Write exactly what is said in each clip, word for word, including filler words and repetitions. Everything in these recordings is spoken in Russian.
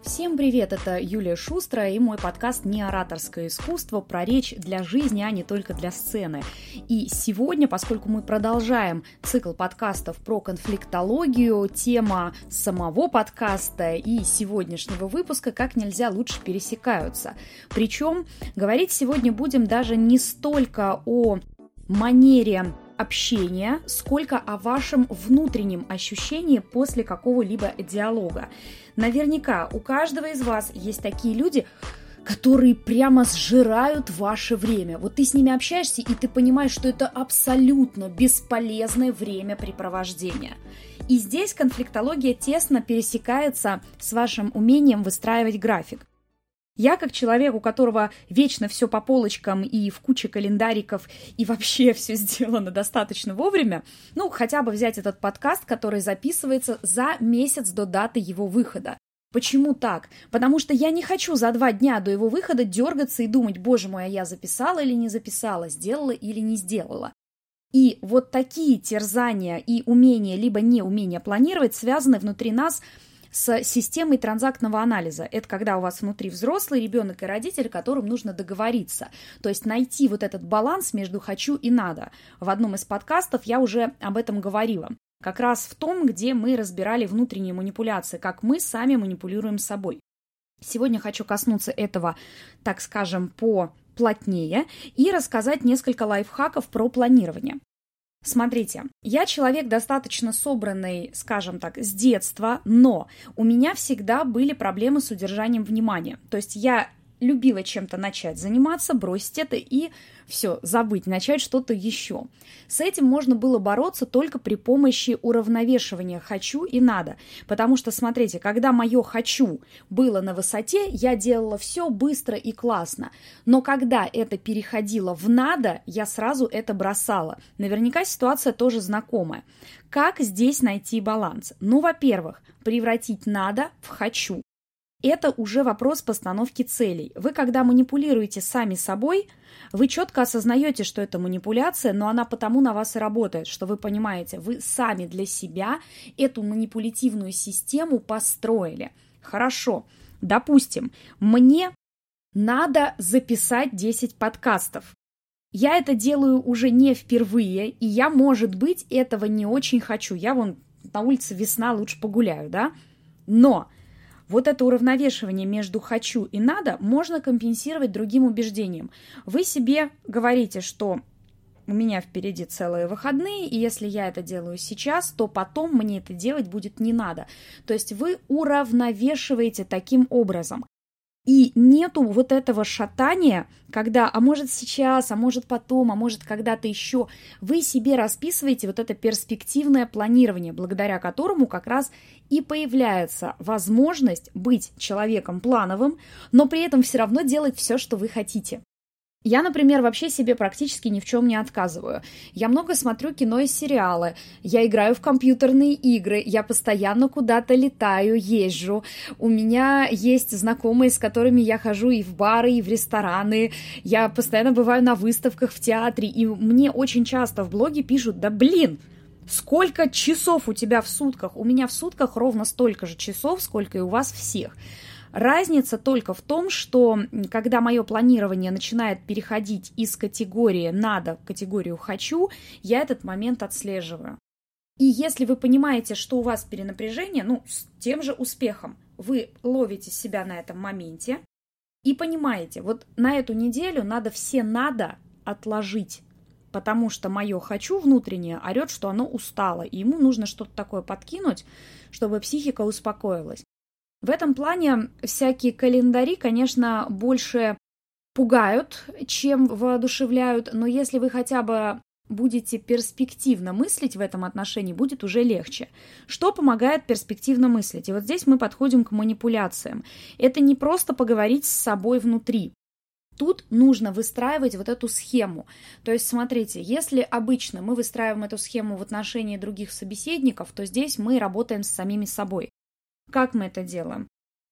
Всем привет, это Юлия Шустра и мой подкаст «Неораторское искусство» про речь для жизни, а не только для сцены. И сегодня, поскольку мы продолжаем цикл подкастов про конфликтологию, тема самого подкаста и сегодняшнего выпуска как нельзя лучше пересекаются. Причем говорить сегодня будем даже не столько о манере общения, сколько о вашем внутреннем ощущении после какого-либо диалога. Наверняка у каждого из вас есть такие люди, которые прямо сжирают ваше время. Вот ты с ними общаешься, и ты понимаешь, что это абсолютно бесполезное времяпрепровождение. И здесь конфликтология тесно пересекается с вашим умением выстраивать график. Я, как человек, у которого вечно все по полочкам и в куче календариков, и вообще все сделано достаточно вовремя, ну, хотя бы взять этот подкаст, который записывается за месяц до даты его выхода. Почему так? Потому что я не хочу за два дня до его выхода дергаться и думать, боже мой, а я записала или не записала, сделала или не сделала. И вот такие терзания и умения, либо неумение планировать связаны внутри нас с системой транзактного анализа. Это когда у вас внутри взрослый ребенок и родитель, которым нужно договориться. То есть найти вот этот баланс между «хочу» и «надо». В одном из подкастов я уже об этом говорила. Как раз в том, где мы разбирали внутренние манипуляции, как мы сами манипулируем собой. Сегодня хочу коснуться этого, так скажем, поплотнее и рассказать несколько лайфхаков про планирование. Смотрите, я человек достаточно собранный, скажем так, с детства, но у меня всегда были проблемы с удержанием внимания. То есть я любила чем-то начать заниматься, бросить это и все, забыть, начать что-то еще. С этим можно было бороться только при помощи уравновешивания «хочу» и «надо». Потому что, смотрите, когда мое «хочу» было на высоте, я делала все быстро и классно. Но когда это переходило в «надо», я сразу это бросала. Наверняка ситуация тоже знакомая. Как здесь найти баланс? Ну, во-первых, превратить «надо» в «хочу». Это уже вопрос постановки целей. Вы, когда манипулируете сами собой, вы четко осознаете, что это манипуляция, но она потому на вас и работает, что вы понимаете, вы сами для себя эту манипулятивную систему построили. Хорошо, допустим, мне надо записать десять подкастов. Я это делаю уже не впервые, и я, может быть, этого не очень хочу. Я вон на улице весна, лучше погуляю, да? Но вот это уравновешивание между «хочу» и «надо» можно компенсировать другим убеждением. Вы себе говорите, что у меня впереди целые выходные, и если я это делаю сейчас, то потом мне это делать будет не надо. То есть вы уравновешиваете таким образом. И нету вот этого шатания, когда, а может сейчас, а может потом, а может когда-то еще. Вы себе расписываете вот это перспективное планирование, благодаря которому как раз и появляется возможность быть человеком плановым, но при этом все равно делать все, что вы хотите. Я, например, вообще себе практически ни в чем не отказываю. Я много смотрю кино и сериалы, я играю в компьютерные игры, я постоянно куда-то летаю, езжу. У меня есть знакомые, с которыми я хожу и в бары, и в рестораны. Я постоянно бываю на выставках в театре, и мне очень часто в блоге пишут: да блин, сколько часов у тебя в сутках? У меня в сутках ровно столько же часов, сколько и у вас всех. Разница только в том, что когда мое планирование начинает переходить из категории «надо» в категорию «хочу», я этот момент отслеживаю. И если вы понимаете, что у вас перенапряжение, ну, с тем же успехом, вы ловите себя на этом моменте и понимаете, вот на эту неделю надо все «надо» отложить, потому что мое «хочу» внутреннее орет, что оно устало, и ему нужно что-то такое подкинуть, чтобы психика успокоилась. В этом плане всякие календари, конечно, больше пугают, чем воодушевляют, но если вы хотя бы будете перспективно мыслить в этом отношении, будет уже легче. Что помогает перспективно мыслить? И вот здесь мы подходим к манипуляциям. Это не просто поговорить с собой внутри. Тут нужно выстраивать вот эту схему. То есть, смотрите, если обычно мы выстраиваем эту схему в отношении других собеседников, то здесь мы работаем с самими собой. Как мы это делаем?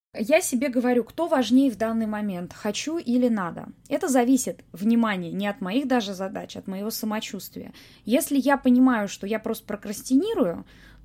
Я себе говорю, кто важнее в данный момент, хочу или надо. Это зависит, внимание, не от моих даже задач, от моего самочувствия. Если я понимаю, что я просто прокрастинирую,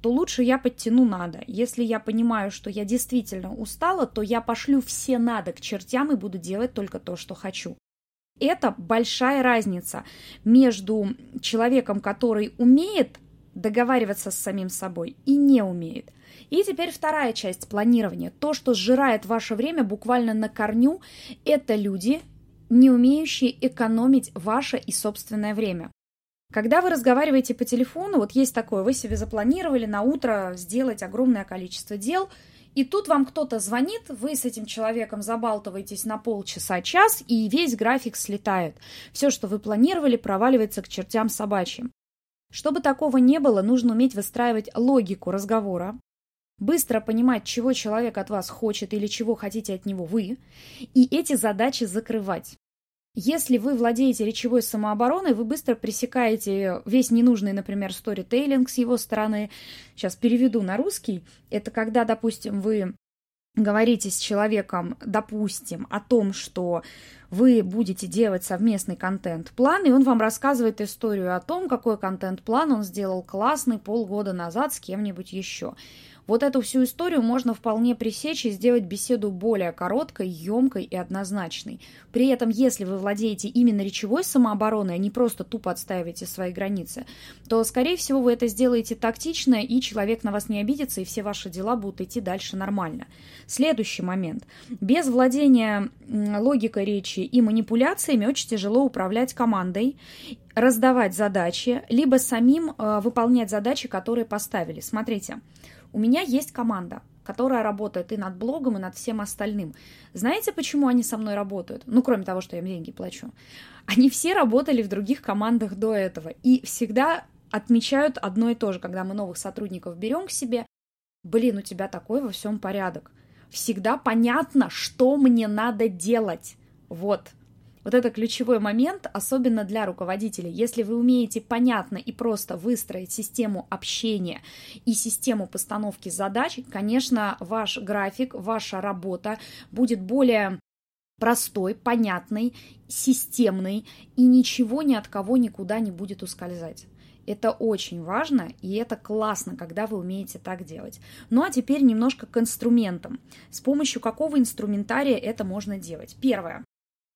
то лучше я подтяну надо. Если я понимаю, что я действительно устала, то я пошлю все надо к чертям и буду делать только то, что хочу. Это большая разница между человеком, который умеет договариваться с самим собой и не умеет. И теперь вторая часть планирования. То, что сжирает ваше время буквально на корню, это люди, не умеющие экономить ваше и собственное время. Когда вы разговариваете по телефону, вот есть такое, вы себе запланировали на утро сделать огромное количество дел, и тут вам кто-то звонит, вы с этим человеком забалтываетесь на полчаса, час, и весь график слетает. Все, что вы планировали, проваливается к чертям собачьим. Чтобы такого не было, нужно уметь выстраивать логику разговора, быстро понимать, чего человек от вас хочет или чего хотите от него вы, и эти задачи закрывать. Если вы владеете речевой самообороной, вы быстро пресекаете весь ненужный, например, сторитейлинг с его стороны. Сейчас переведу на русский. Это когда, допустим, вы говорите с человеком, допустим, о том, что вы будете делать совместный контент-план, и он вам рассказывает историю о том, какой контент-план он сделал классный полгода назад с кем-нибудь еще. Вот эту всю историю можно вполне пресечь и сделать беседу более короткой, емкой и однозначной. При этом, если вы владеете именно речевой самообороной, а не просто тупо отстаиваете свои границы, то, скорее всего, вы это сделаете тактично, и человек на вас не обидится, и все ваши дела будут идти дальше нормально. Следующий момент. Без владения логикой речи и манипуляциями очень тяжело управлять командой, раздавать задачи, либо самим э, выполнять задачи, которые поставили. Смотрите. У меня есть команда, которая работает и над блогом, и над всем остальным. Знаете, почему они со мной работают? Ну, кроме того, что я им деньги плачу. Они все работали в других командах до этого и всегда отмечают одно и то же, когда мы новых сотрудников берем к себе. Блин, у тебя такой во всем порядок. Всегда понятно, что мне надо делать. Вот. Вот это ключевой момент, особенно для руководителей. Если вы умеете понятно и просто выстроить систему общения и систему постановки задач, конечно, ваш график, ваша работа будет более простой, понятной, системной, и ничего ни от кого никуда не будет ускользать. Это очень важно, и это классно, когда вы умеете так делать. Ну а теперь немножко к инструментам. С помощью какого инструментария это можно делать? Первое.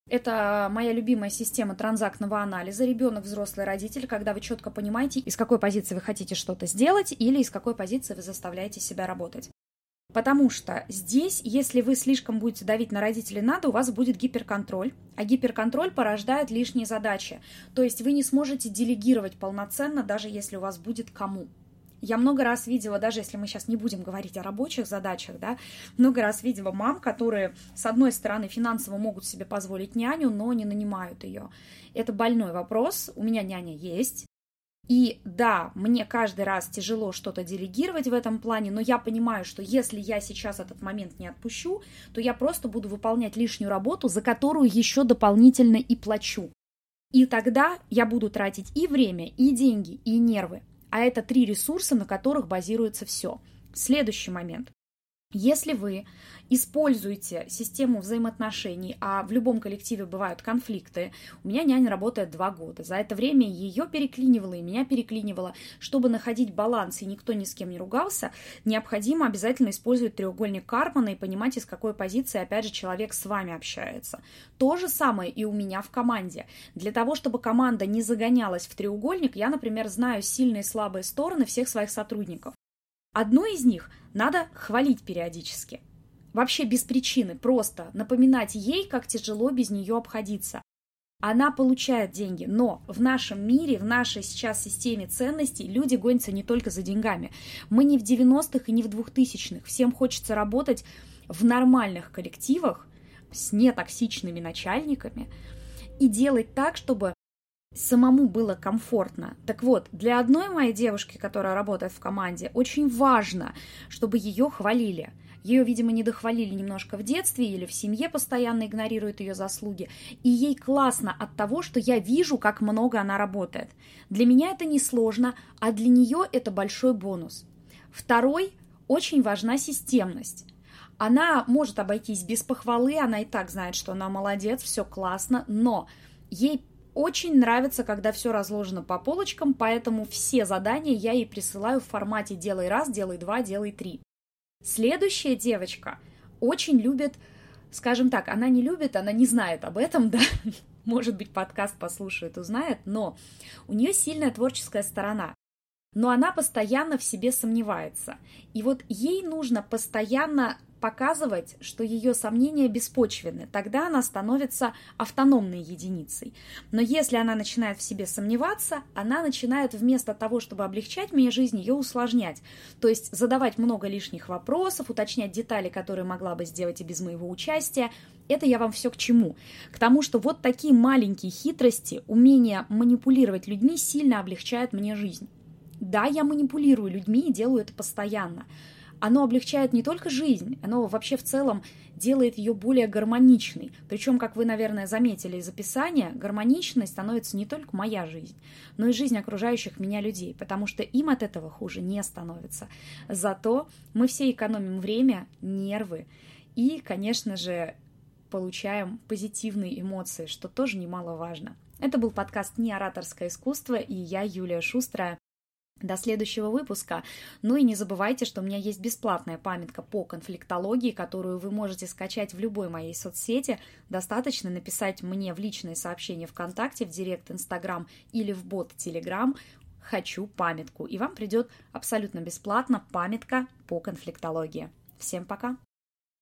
Это моя любимая система транзактного анализа. Ребенок, взрослый, родитель, когда вы четко понимаете, из какой позиции вы хотите что-то сделать или из какой позиции вы заставляете себя работать. Потому что здесь, если вы слишком будете давить на родителей надо, у вас будет гиперконтроль, а гиперконтроль порождает лишние задачи. То есть вы не сможете делегировать полноценно, даже если у вас будет кому. Я много раз видела, даже если мы сейчас не будем говорить о рабочих задачах, да, много раз видела мам, которые, с одной стороны, финансово могут себе позволить няню, но не нанимают ее. Это больной вопрос. У меня няня есть. И да, мне каждый раз тяжело что-то делегировать в этом плане, но я понимаю, что если я сейчас этот момент не отпущу, то я просто буду выполнять лишнюю работу, за которую еще дополнительно и плачу. И тогда я буду тратить и время, и деньги, и нервы. А это три ресурса, на которых базируется все. Следующий момент. Если вы используете систему взаимоотношений, а в любом коллективе бывают конфликты, у меня няня работает два года, за это время ее переклинивало и меня переклинивало. Чтобы находить баланс и никто ни с кем не ругался, необходимо обязательно использовать треугольник Карпмана и понимать, из какой позиции, опять же, человек с вами общается. То же самое и у меня в команде. Для того, чтобы команда не загонялась в треугольник, я, например, знаю сильные и слабые стороны всех своих сотрудников. Одну из них надо хвалить периодически. Вообще без причины, просто напоминать ей, как тяжело без нее обходиться. Она получает деньги, но в нашем мире, в нашей сейчас системе ценностей люди гонятся не только за деньгами. Мы не в девяностых и не в двухтысячных. Всем хочется работать в нормальных коллективах с нетоксичными начальниками и делать так, чтобы самому было комфортно. Так вот, для одной моей девушки, которая работает в команде, очень важно, чтобы ее хвалили. Ее, видимо, недохвалили немножко в детстве или в семье постоянно игнорируют ее заслуги. И ей классно от того, что я вижу, как много она работает. Для меня это несложно, а для нее это большой бонус. Второй, очень важна системность. Она может обойтись без похвалы, она и так знает, что она молодец, все классно, но ей очень нравится, когда все разложено по полочкам, поэтому все задания я ей присылаю в формате «делай раз, делай два, делай три». Следующая девочка очень любит, скажем так, она не любит, она не знает об этом, да, может быть, подкаст послушает, узнает, но у нее сильная творческая сторона. Но она постоянно в себе сомневается. И вот ей нужно постоянно показывать, что ее сомнения беспочвенны. Тогда она становится автономной единицей. Но если она начинает в себе сомневаться, она начинает вместо того, чтобы облегчать мне жизнь, ее усложнять. То есть задавать много лишних вопросов, уточнять детали, которые могла бы сделать и без моего участия. Это я вам все к чему? К тому, что вот такие маленькие хитрости, умение манипулировать людьми сильно облегчают мне жизнь. Да, я манипулирую людьми и делаю это постоянно. Оно облегчает не только жизнь, оно вообще в целом делает ее более гармоничной. Причем, как вы, наверное, заметили из описания, гармоничной становится не только моя жизнь, но и жизнь окружающих меня людей, потому что им от этого хуже не становится. Зато мы все экономим время, нервы и, конечно же, получаем позитивные эмоции, что тоже немаловажно. Это был подкаст «Неораторское искусство», и я, Юлия Шустрая. До следующего выпуска. Ну и не забывайте, что у меня есть бесплатная памятка по конфликтологии, которую вы можете скачать в любой моей соцсети. Достаточно написать мне в личные сообщения ВКонтакте, в Директ Инстаграм или в бот Телеграм «Хочу памятку». И вам придет абсолютно бесплатно памятка по конфликтологии. Всем пока!